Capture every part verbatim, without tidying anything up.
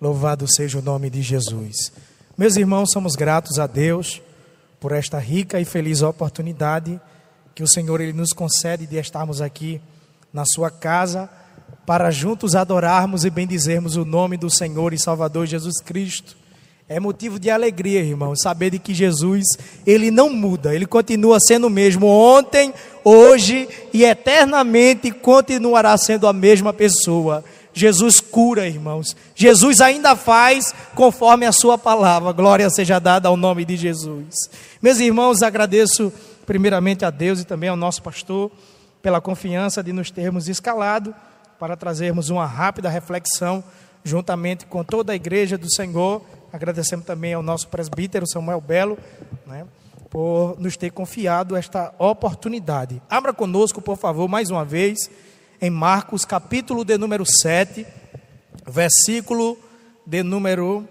Louvado seja o nome de Jesus. Meus irmãos, somos gratos a Deus por esta rica e feliz oportunidade que o Senhor ele nos concede de estarmos aqui na sua casa para juntos adorarmos e bendizermos o nome do Senhor e Salvador Jesus Cristo. É motivo de alegria, irmãos, saber de que Jesus, ele não muda, ele continua sendo o mesmo ontem, hoje e eternamente continuará sendo a mesma pessoa. Jesus cura, irmãos. Jesus ainda faz conforme a sua palavra. Glória seja dada ao nome de Jesus. Meus irmãos, agradeço primeiramente a Deus e também ao nosso pastor pela confiança de nos termos escalado para trazermos uma rápida reflexão juntamente com toda a igreja do Senhor. Agradecemos também ao nosso presbítero Samuel Belo, né, por nos ter confiado esta oportunidade. Abra conosco, por favor, mais uma vez, em Marcos, capítulo de número sete, versículo de número...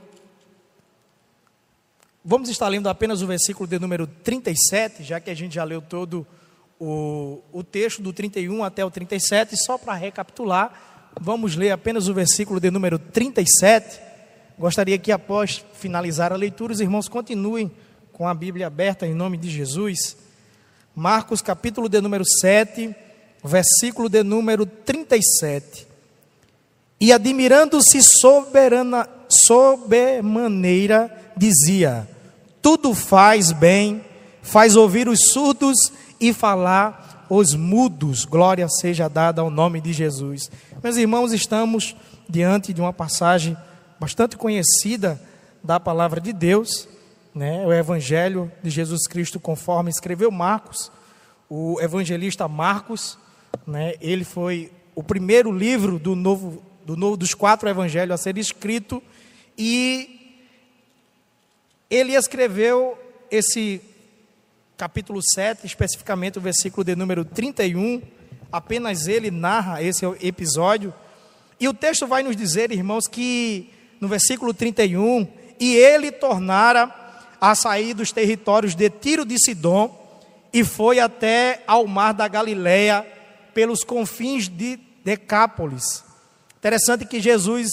Vamos estar lendo apenas o versículo de número trinta e sete, já que a gente já leu todo o, o texto do trinta e um até o trinta e sete, só para recapitular, vamos ler apenas o versículo de número trinta e sete. Gostaria que após finalizar a leitura, os irmãos continuem com a Bíblia aberta em nome de Jesus. Marcos, capítulo de número sete, versículo de número trinta e sete. E admirando-se soberana, sobremaneira, dizia: tudo faz bem, faz ouvir os surdos e falar os mudos. Glória seja dada ao nome de Jesus. Meus irmãos, estamos diante de uma passagem bastante conhecida da palavra de Deus, né? O Evangelho de Jesus Cristo, conforme escreveu Marcos, o evangelista Marcos, né? Ele foi o primeiro livro do novo, do novo, dos quatro evangelhos a ser escrito, e ele escreveu esse capítulo sete, especificamente o versículo de número trinta e um, apenas ele narra esse episódio, e o texto vai nos dizer, irmãos, que no versículo trinta e um, e ele tornara a sair dos territórios de Tiro de Sidom, e foi até ao mar da Galileia, pelos confins de Decápolis. Interessante que Jesus,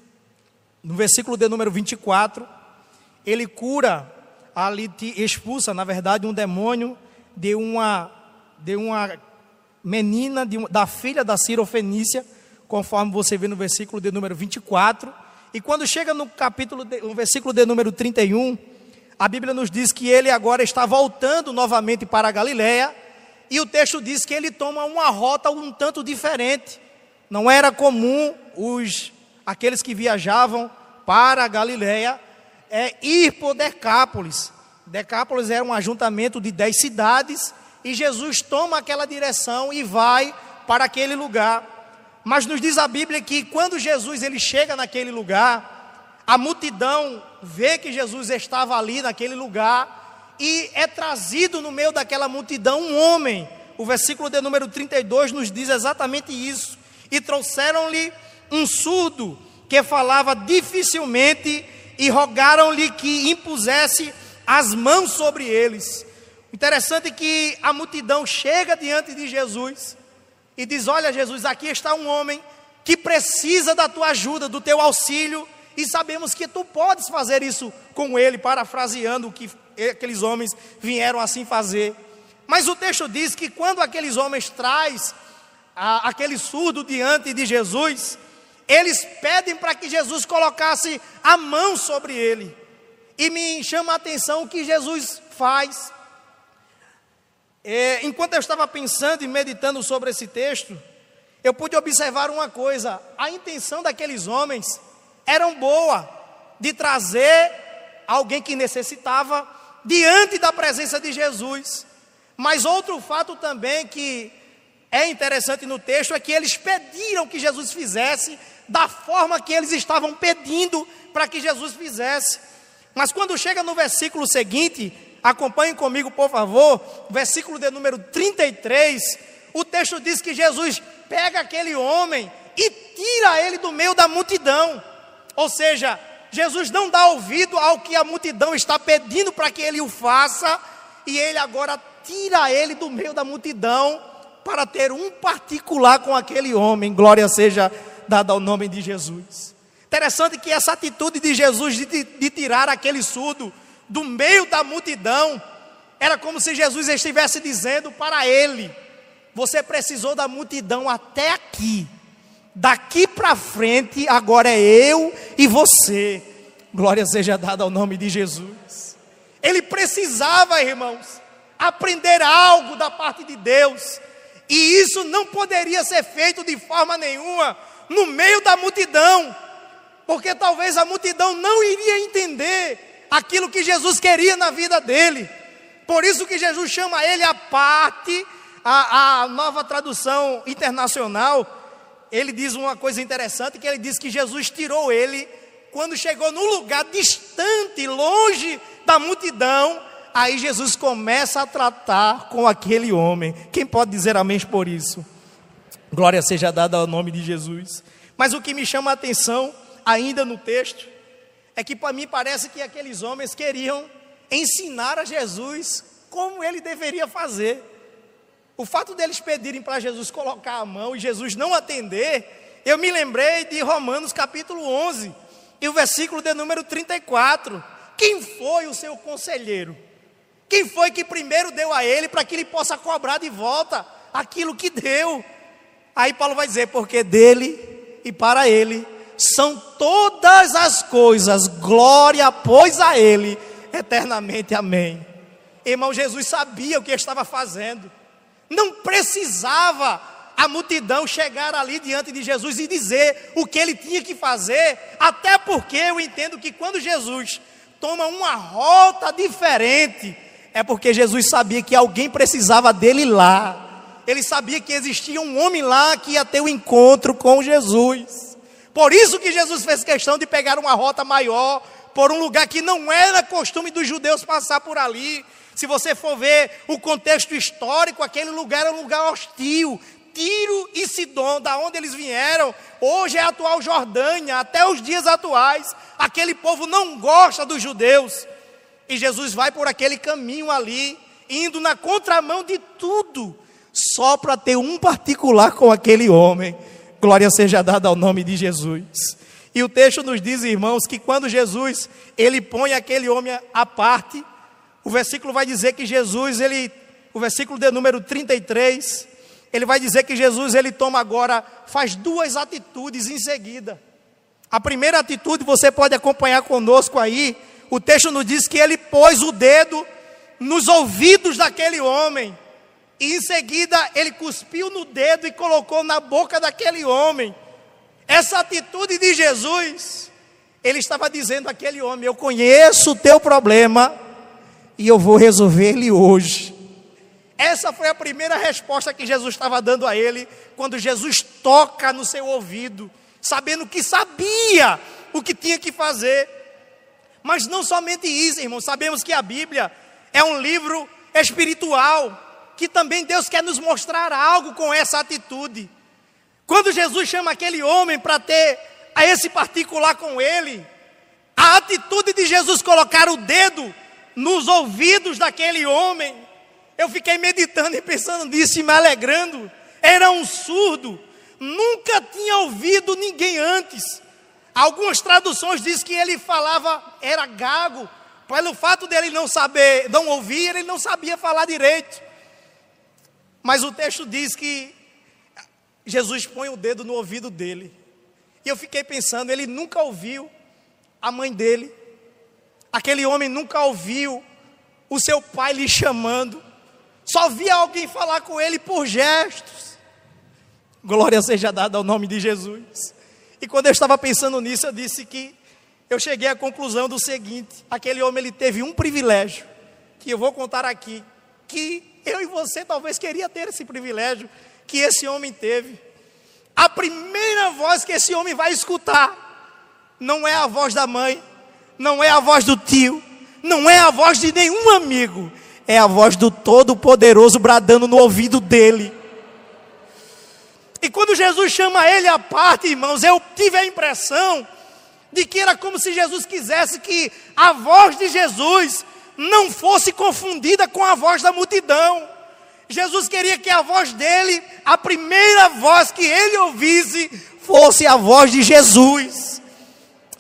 no versículo de número vinte e quatro, ele cura, ali expulsa, na verdade, um demônio de uma, de uma menina, de uma, da filha da Cirofenícia, conforme você vê no versículo de número vinte e quatro. E quando chega no capítulo, de, no versículo de número trinta e um, a Bíblia nos diz que ele agora está voltando novamente para a Galileia, e o texto diz que ele toma uma rota um tanto diferente. Não era comum os, aqueles que viajavam para a Galileia é, ir por Decápolis. Decápolis era um ajuntamento de dez cidades, e Jesus toma aquela direção e vai para aquele lugar. Mas nos diz a Bíblia que quando Jesus ele chega naquele lugar, a multidão vê que Jesus estava ali naquele lugar, e é trazido no meio daquela multidão um homem. O versículo de número trinta e dois nos diz exatamente isso. E trouxeram-lhe um surdo que falava dificilmente, e rogaram-lhe que impusesse as mãos sobre eles. Interessante que a multidão chega diante de Jesus e diz: olha, Jesus, aqui está um homem que precisa da tua ajuda, do teu auxílio, e sabemos que tu podes fazer isso com ele, parafraseando o que aqueles homens vieram assim fazer. Mas o texto diz que quando aqueles homens trazem a, aquele surdo diante de Jesus, eles pedem para que Jesus colocasse a mão sobre ele. E me chama a atenção o que Jesus faz. É, enquanto eu estava pensando e meditando sobre esse texto, eu pude observar uma coisa: a intenção daqueles homens era boa, de trazer alguém que necessitava diante da presença de Jesus. Mas outro fato também que é interessante no texto é que eles pediram que Jesus fizesse da forma que eles estavam pedindo para que Jesus fizesse. Mas quando chega no versículo seguinte, acompanhem comigo, por favor, versículo de número trinta e três, o texto diz que Jesus pega aquele homem e tira ele do meio da multidão. Ou seja, Jesus não dá ouvido ao que a multidão está pedindo para que ele o faça, e ele agora tira ele do meio da multidão para ter um particular com aquele homem. Glória seja dada ao nome de Jesus. Interessante que essa atitude de Jesus de, de tirar aquele surdo do meio da multidão, era como se Jesus estivesse dizendo para ele: você precisou da multidão até aqui, daqui para frente agora é eu e você. Glória seja dada ao nome de Jesus. Ele precisava, irmãos, aprender algo da parte de Deus, e isso não poderia ser feito de forma nenhuma no meio da multidão, porque talvez a multidão não iria entender aquilo que Jesus queria na vida dele. Por isso que Jesus chama ele à parte. A, a nova tradução internacional, ele diz uma coisa interessante, que ele diz que Jesus tirou ele quando chegou num lugar distante, longe da multidão. Aí Jesus começa a tratar com aquele homem. Quem pode dizer amém por isso? Glória seja dada ao nome de Jesus. Mas o que me chama a atenção, ainda no texto, é que para mim parece que aqueles homens queriam ensinar a Jesus como ele deveria fazer. O fato deles pedirem para Jesus colocar a mão e Jesus não atender, eu me lembrei de Romanos capítulo onze, e o versículo de número trinta e quatro. Quem foi o seu conselheiro? Quem foi que primeiro deu a ele para que ele possa cobrar de volta aquilo que deu? Aí Paulo vai dizer: porque dele e para ele são todas as coisas, glória pois a ele eternamente, amém. Irmão, Jesus sabia o que estava fazendo. Não precisava a multidão chegar ali diante de Jesus e dizer o que ele tinha que fazer, até porque eu entendo que quando Jesus toma uma rota diferente, é porque Jesus sabia que alguém precisava dele lá. Ele sabia que existia um homem lá que ia ter um encontro com Jesus. Por isso que Jesus fez questão de pegar uma rota maior, por um lugar que não era costume dos judeus passar por ali. Se você for ver o contexto histórico, aquele lugar era um lugar hostil. Tiro e Sidom, da onde eles vieram, hoje é a atual Jordânia, até os dias atuais. Aquele povo não gosta dos judeus. E Jesus vai por aquele caminho ali, indo na contramão de tudo, só para ter um particular com aquele homem. Glória seja dada ao nome de Jesus. E o texto nos diz, irmãos, que quando Jesus, ele põe aquele homem à parte, o versículo vai dizer que Jesus, ele, o versículo de número trinta e três, ele vai dizer que Jesus, ele toma agora, faz duas atitudes em seguida. A primeira atitude, você pode acompanhar conosco aí, o texto nos diz que ele pôs o dedo nos ouvidos daquele homem, e em seguida ele cuspiu no dedo e colocou na boca daquele homem. Essa atitude de Jesus, ele estava dizendo àquele homem: eu conheço o teu problema e eu vou resolver ele hoje. Essa foi a primeira resposta que Jesus estava dando a ele, quando Jesus toca no seu ouvido, sabendo que sabia o que tinha que fazer. Mas não somente isso, irmão, sabemos que a Bíblia é um livro espiritual, que também Deus quer nos mostrar algo com essa atitude. Quando Jesus chama aquele homem para ter a esse particular com ele, a atitude de Jesus colocar o dedo nos ouvidos daquele homem, eu fiquei meditando e pensando nisso e me alegrando. Era um surdo, nunca tinha ouvido ninguém antes. Algumas traduções dizem que ele falava, era gago, pelo fato dele não saber, não ouvir, ele não sabia falar direito. Mas o texto diz que Jesus põe o dedo no ouvido dele. E eu fiquei pensando, ele nunca ouviu a mãe dele. Aquele homem nunca ouviu o seu pai lhe chamando. Só via alguém falar com ele por gestos. Glória seja dada ao nome de Jesus. E quando eu estava pensando nisso, eu disse que eu cheguei à conclusão do seguinte: aquele homem, ele teve um privilégio, que eu vou contar aqui, que eu e você talvez queria ter esse privilégio que esse homem teve. A primeira voz que esse homem vai escutar não é a voz da mãe, não é a voz do tio, não é a voz de nenhum amigo, é a voz do Todo-Poderoso bradando no ouvido dele. E quando Jesus chama ele à parte, irmãos, eu tive a impressão de que era como se Jesus quisesse que a voz de Jesus não fosse confundida com a voz da multidão. Jesus queria que a voz dele, a primeira voz que ele ouvisse, fosse a voz de Jesus.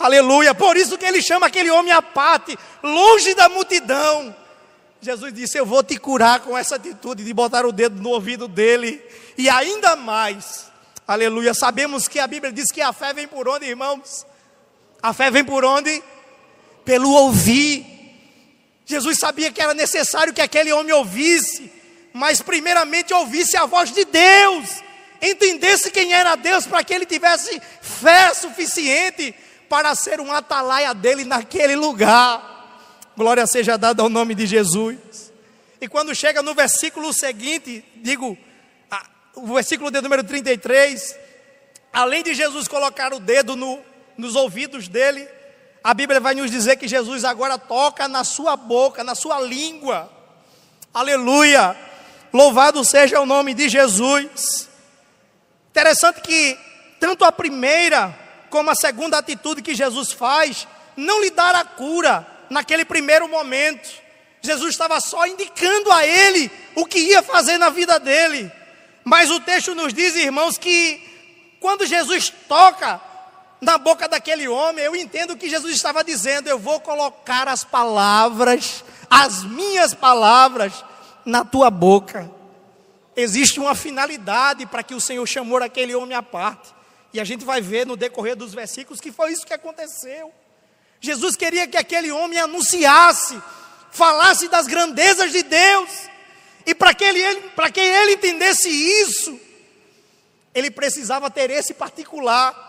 Aleluia. Por isso que ele chama aquele homem à parte, longe da multidão. Jesus disse: eu vou te curar com essa atitude de botar o dedo no ouvido dele. E ainda mais, aleluia, sabemos que a Bíblia diz que a fé vem por onde, irmãos? A fé vem por onde? Pelo ouvir. Jesus sabia que era necessário que aquele homem ouvisse, mas primeiramente ouvisse a voz de Deus, entendesse quem era Deus, para que ele tivesse fé suficiente para ser um atalaia dele naquele lugar. Glória seja dada ao nome de Jesus. E quando chega no versículo seguinte, digo, o versículo de número trinta e três, além de Jesus colocar o dedo no, nos ouvidos dele, a Bíblia vai nos dizer que Jesus agora toca na sua boca, na sua língua. Aleluia! Louvado seja o nome de Jesus. Interessante que tanto a primeira como a segunda atitude que Jesus faz, não lhe dar a cura naquele primeiro momento. Jesus estava só indicando a ele o que ia fazer na vida dele. Mas o texto nos diz, irmãos, que quando Jesus toca na boca daquele homem, eu entendo que Jesus estava dizendo: eu vou colocar as palavras, as minhas palavras, na tua boca. Existe uma finalidade para que o Senhor chamou aquele homem à parte. E a gente vai ver no decorrer dos versículos que foi isso que aconteceu. Jesus queria que aquele homem anunciasse, falasse das grandezas de Deus. E para que ele, para que ele entendesse isso, ele precisava ter esse particular.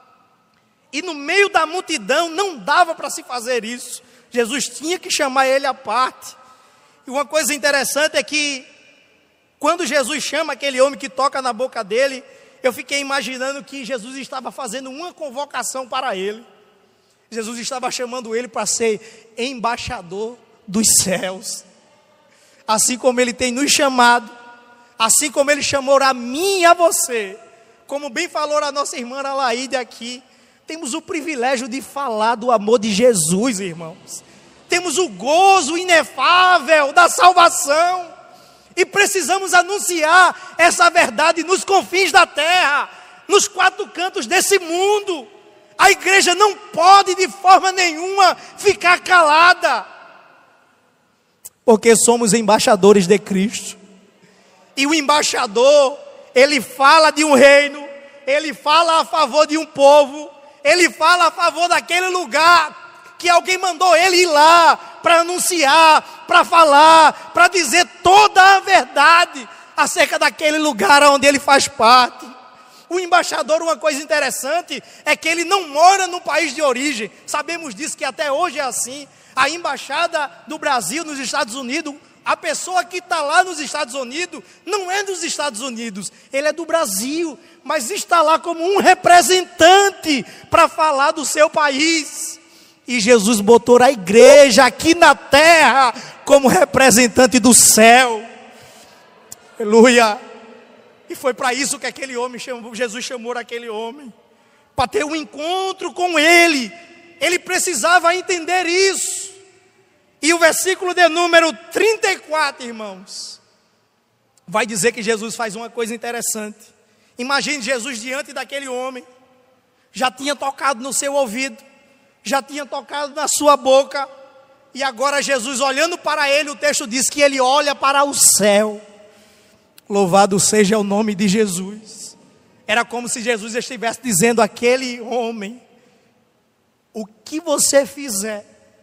E no meio da multidão não dava para se fazer isso. Jesus tinha que chamar ele à parte. E uma coisa interessante é que quando Jesus chama aquele homem que toca na boca dele, eu fiquei imaginando que Jesus estava fazendo uma convocação para ele. Jesus estava chamando ele para ser embaixador dos céus. Assim como ele tem nos chamado, assim como ele chamou a mim e a você, como bem falou a nossa irmã Alaíde aqui, temos o privilégio de falar do amor de Jesus, irmãos. Temos o gozo inefável da salvação. E precisamos anunciar essa verdade nos confins da terra, nos quatro cantos desse mundo. A igreja não pode de forma nenhuma ficar calada, porque somos embaixadores de Cristo. E o embaixador, ele fala de um reino, ele fala a favor de um povo, ele fala a favor daquele lugar que alguém mandou ele ir lá para anunciar, para falar, para dizer toda a verdade acerca daquele lugar onde ele faz parte. O embaixador, uma coisa interessante, é que ele não mora no país de origem. Sabemos disso, que até hoje é assim. A embaixada do Brasil nos Estados Unidos, a pessoa que está lá nos Estados Unidos, não é dos Estados Unidos, ele é do Brasil, mas está lá como um representante para falar do seu país. E Jesus botou a igreja aqui na terra como representante do céu. Aleluia. E foi para isso que aquele homem chamou, Jesus chamou aquele homem, para ter um encontro com ele. Ele precisava entender isso. E o versículo de número trinta e quatro, irmãos, vai dizer que Jesus faz uma coisa interessante. Imagine Jesus diante daquele homem, já tinha tocado no seu ouvido, já tinha tocado na sua boca, e agora Jesus olhando para ele, o texto diz que ele olha para o céu. Louvado seja o nome de Jesus. Era como se Jesus estivesse dizendo àquele homem: o que você fizer,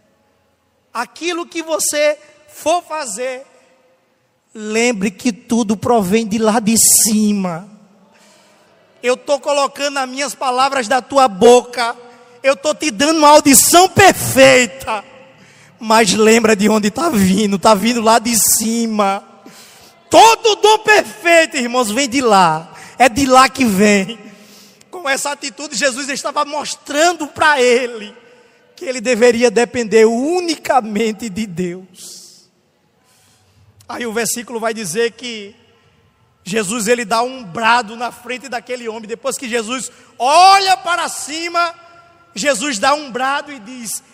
aquilo que você for fazer, lembre que tudo provém de lá de cima. Eu estou colocando as minhas palavras da tua boca, eu estou te dando uma audição perfeita, mas lembra de onde está vindo, está vindo lá de cima. Todo dom perfeito, irmãos, vem de lá, é de lá que vem. Com essa atitude, Jesus estava mostrando para ele que ele deveria depender unicamente de Deus. Aí o versículo vai dizer que Jesus, ele dá um brado na frente daquele homem. Depois que Jesus olha para cima, Jesus dá um brado e diz: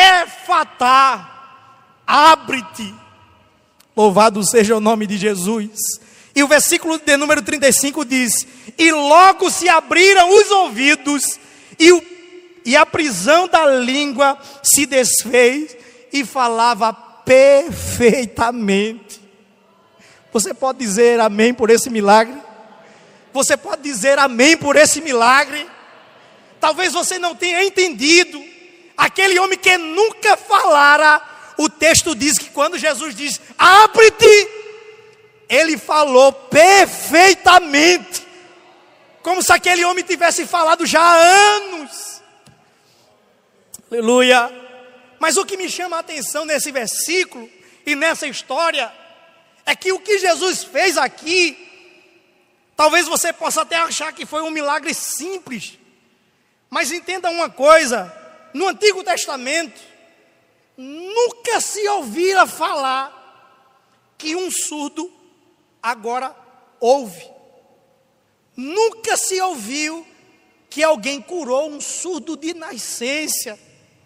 Éfatá, abre-te. Louvado seja o nome de Jesus. E o versículo de número trinta e cinco diz: e logo se abriram os ouvidos, e, o, e a prisão da língua se desfez e falava perfeitamente. Você pode dizer amém por esse milagre? Você pode dizer amém por esse milagre? Talvez você não tenha entendido. Aquele homem que nunca falara, o texto diz que quando Jesus diz, abre-te, ele falou perfeitamente. Como se aquele homem tivesse falado já há anos. Aleluia. Mas o que me chama a atenção nesse versículo e nessa história é que o que Jesus fez aqui, talvez você possa até achar que foi um milagre simples, mas entenda uma coisa: no Antigo Testamento nunca se ouvira falar que um surdo agora ouve. Nunca se ouviu que alguém curou um surdo de nascença.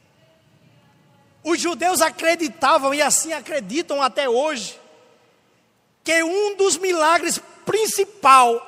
Os judeus acreditavam, e assim acreditam até hoje, que um dos milagres principal,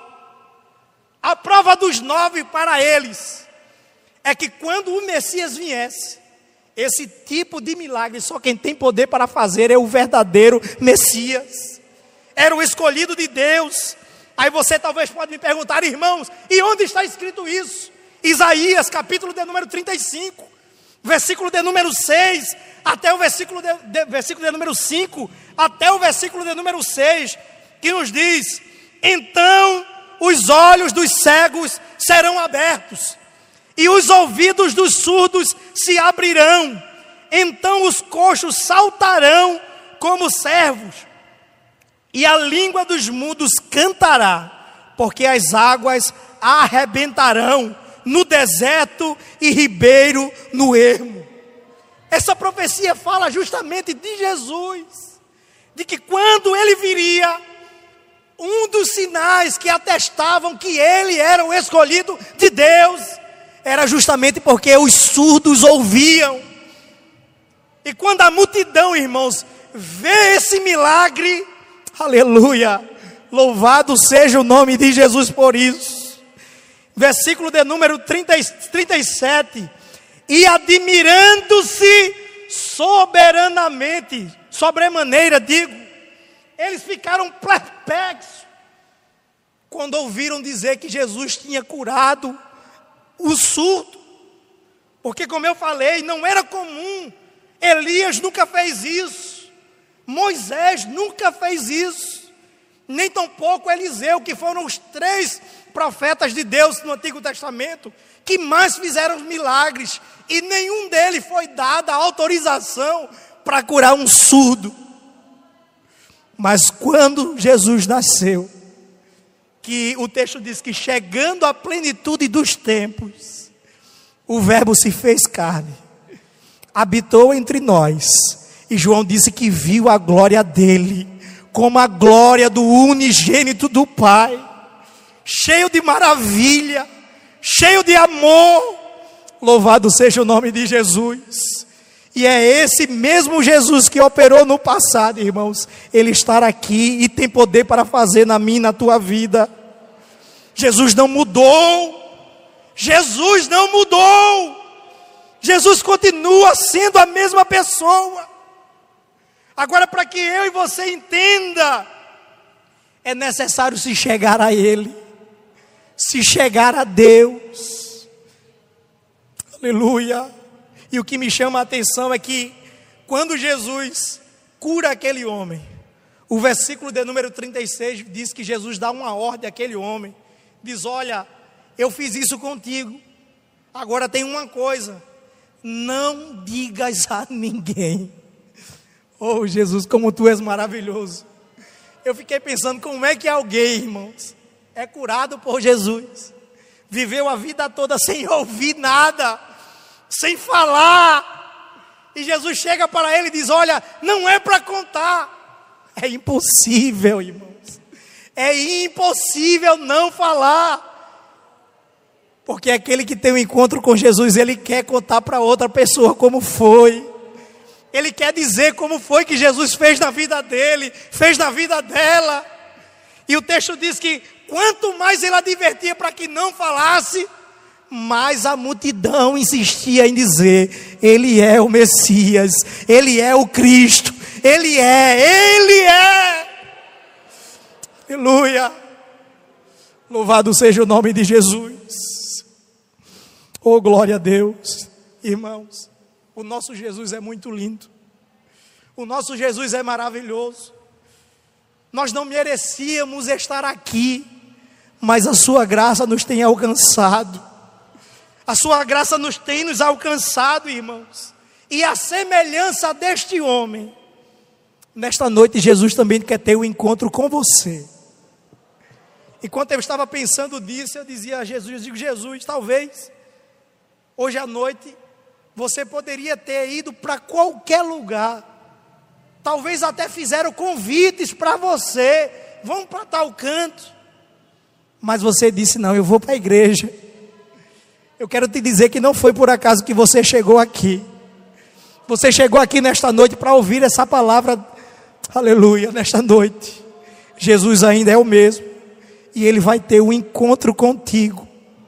a prova dos nove para eles, é que quando o Messias viesse, esse tipo de milagre, só quem tem poder para fazer é o verdadeiro Messias. Era o escolhido de Deus. Aí você talvez pode me perguntar, irmãos, e onde está escrito isso? Isaías, capítulo de número trinta e cinco, versículo de número seis, até o versículo de, de, versículo de número cinco, até o versículo de número seis, que nos diz: então os olhos dos cegos serão abertos, e os ouvidos dos surdos se abrirão, então os coxos saltarão como servos, e a língua dos mudos cantará, porque as águas arrebentarão no deserto e ribeiro no ermo. Essa profecia fala justamente de Jesus, de que quando ele viria, um dos sinais que atestavam que ele era o escolhido de Deus, era justamente porque os surdos ouviam. E quando a multidão, irmãos, vê esse milagre, aleluia, louvado seja o nome de Jesus por isso. Versículo de número trinta, trinta e sete. E admirando-se soberanamente, sobremaneira, digo, eles ficaram perplexos quando ouviram dizer que Jesus tinha curado o surdo. Porque, como eu falei, não era comum. Elias nunca fez isso, Moisés nunca fez isso, nem tampouco Eliseu, que foram os três profetas de Deus no Antigo Testamento que mais fizeram milagres, e nenhum deles foi dada a autorização para curar um surdo. Mas quando Jesus nasceu, que o texto diz que chegando à plenitude dos tempos, o verbo se fez carne, habitou entre nós, e João disse que viu a glória dele, como a glória do unigênito do Pai, cheio de maravilha, cheio de amor. Louvado seja o nome de Jesus. E é esse mesmo Jesus que operou no passado, irmãos, ele está aqui e tem poder para fazer na minha e na tua vida. Jesus não mudou, Jesus não mudou, Jesus continua sendo a mesma pessoa. Agora, para que eu e você entenda, é necessário se chegar a Ele, se chegar a Deus. Aleluia. E o que me chama a atenção é que quando Jesus cura aquele homem, o versículo de número trinta e seis diz que Jesus dá uma ordem àquele homem, diz: olha, eu fiz isso contigo, agora tem uma coisa, não digas a ninguém. Oh Jesus, como tu és maravilhoso. Eu fiquei pensando, como é que alguém, irmãos, é curado por Jesus, viveu a vida toda sem ouvir nada, sem falar, e Jesus chega para ele e diz: olha, não é para contar. É impossível, irmãos, é impossível não falar, porque aquele que tem um encontro com Jesus, ele quer contar para outra pessoa como foi, ele quer dizer como foi que Jesus fez na vida dele, fez na vida dela. E o texto diz que quanto mais ele advertia para que não falasse, Mas a multidão insistia em dizer: Ele é o Messias, Ele é o Cristo, Ele é, Ele é. Aleluia. Louvado seja o nome de Jesus. Oh, glória a Deus. Irmãos, o nosso Jesus é muito lindo. O nosso Jesus é maravilhoso. Nós não merecíamos estar aqui, mas a sua graça nos tem alcançado. A sua graça nos tem nos alcançado, irmãos. E a semelhança deste homem, nesta noite Jesus também quer ter um encontro com você. Enquanto eu estava pensando nisso, eu dizia a Jesus, eu digo: Jesus, talvez hoje à noite você poderia ter ido para qualquer lugar. Talvez até fizeram convites para você, vamos para tal canto. Mas você disse: não, eu vou para a igreja. Eu quero te dizer que não foi por acaso que você chegou aqui. Você chegou aqui nesta noite para ouvir essa palavra. Aleluia, nesta noite Jesus ainda é o mesmo, e Ele vai ter um encontro contigo.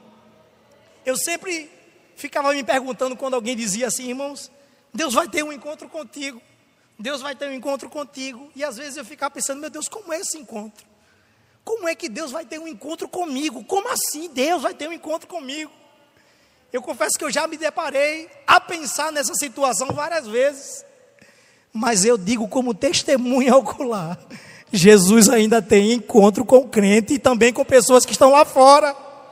Eu sempre ficava me perguntando quando alguém dizia assim: irmãos, Deus vai ter um encontro contigo, Deus vai ter um encontro contigo. E às vezes eu ficava pensando: meu Deus, como é esse encontro? Como é que Deus vai ter um encontro comigo? Como assim Deus vai ter um encontro comigo? Eu confesso que eu já me deparei a pensar nessa situação várias vezes. Mas eu digo como testemunha ocular: Jesus ainda tem encontro com o crente e também com pessoas que estão lá fora.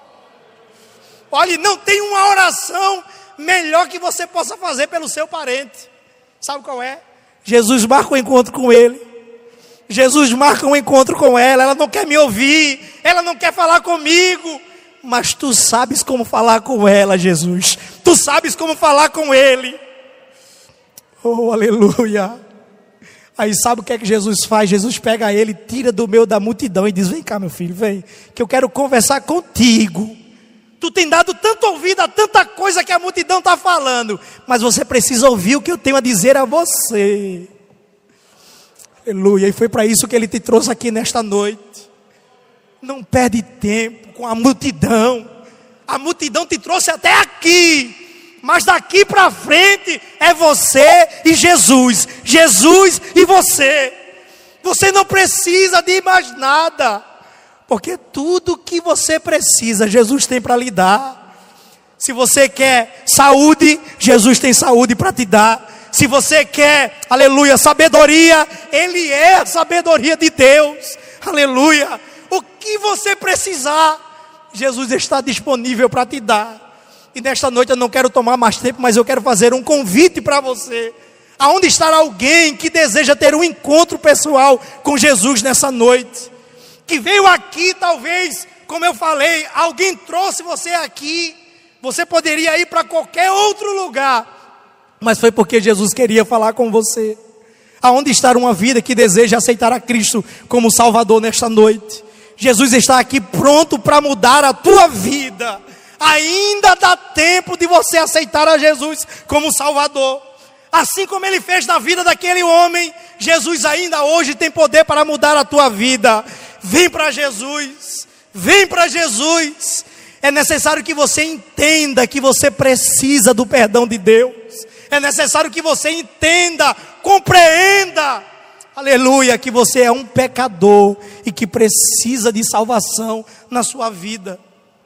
Olha, não tem uma oração melhor que você possa fazer pelo seu parente. Sabe qual é? Jesus marca um encontro com ele. Jesus marca um encontro com ela. Ela não quer me ouvir, ela não quer falar comigo, mas tu sabes como falar com ela, Jesus. Tu sabes como falar com ele. Oh, aleluia. Aí sabe o que é que Jesus faz? Jesus pega ele, tira do meio da multidão e diz: vem cá, meu filho, vem, que eu quero conversar contigo. Tu tem dado tanto ouvido a tanta coisa que a multidão está falando, mas você precisa ouvir o que eu tenho a dizer a você. Aleluia. E foi para isso que Ele te trouxe aqui nesta noite. Não perde tempo com a multidão. A multidão te trouxe até aqui, mas daqui para frente é você e Jesus. Jesus e você. Você não precisa de mais nada, porque tudo que você precisa, Jesus tem para lhe dar. Se você quer saúde, Jesus tem saúde para te dar. Se você quer, aleluia, sabedoria, Ele é a sabedoria de Deus. Aleluia. O que você precisar, Jesus está disponível para te dar. E nesta noite eu não quero tomar mais tempo, mas eu quero fazer um convite para você. Aonde está alguém que deseja ter um encontro pessoal com Jesus nessa noite? Que veio aqui, talvez, como eu falei, alguém trouxe você aqui. Você poderia ir para qualquer outro lugar, mas foi porque Jesus queria falar com você. Aonde está uma vida que deseja aceitar a Cristo como Salvador nesta noite? Jesus está aqui pronto para mudar a tua vida. Ainda dá tempo de você aceitar a Jesus como Salvador. Assim como Ele fez na vida daquele homem, Jesus ainda hoje tem poder para mudar a tua vida. Vem para Jesus, vem para Jesus. É necessário que você entenda que você precisa do perdão de Deus. É necessário que você entenda, compreenda, aleluia, que você é um pecador e que precisa de salvação na sua vida.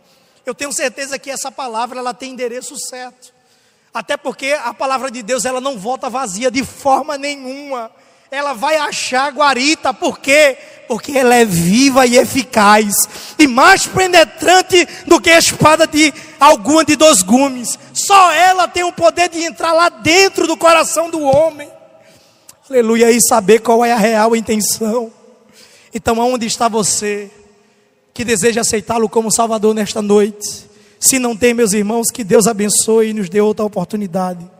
Eu tenho certeza que essa palavra, ela tem endereço certo. Até porque a palavra de Deus, ela não volta vazia de forma nenhuma. Ela vai achar guarita. Por quê? Porque ela é viva e eficaz, e mais penetrante do que a espada de alguma de dois gumes. Só ela tem o poder de entrar lá dentro do coração do homem. Aleluia. E saber qual é a real intenção. Então, aonde está você que deseja aceitá-lo como Salvador nesta noite? Se não tem, meus irmãos, que Deus abençoe e nos dê outra oportunidade.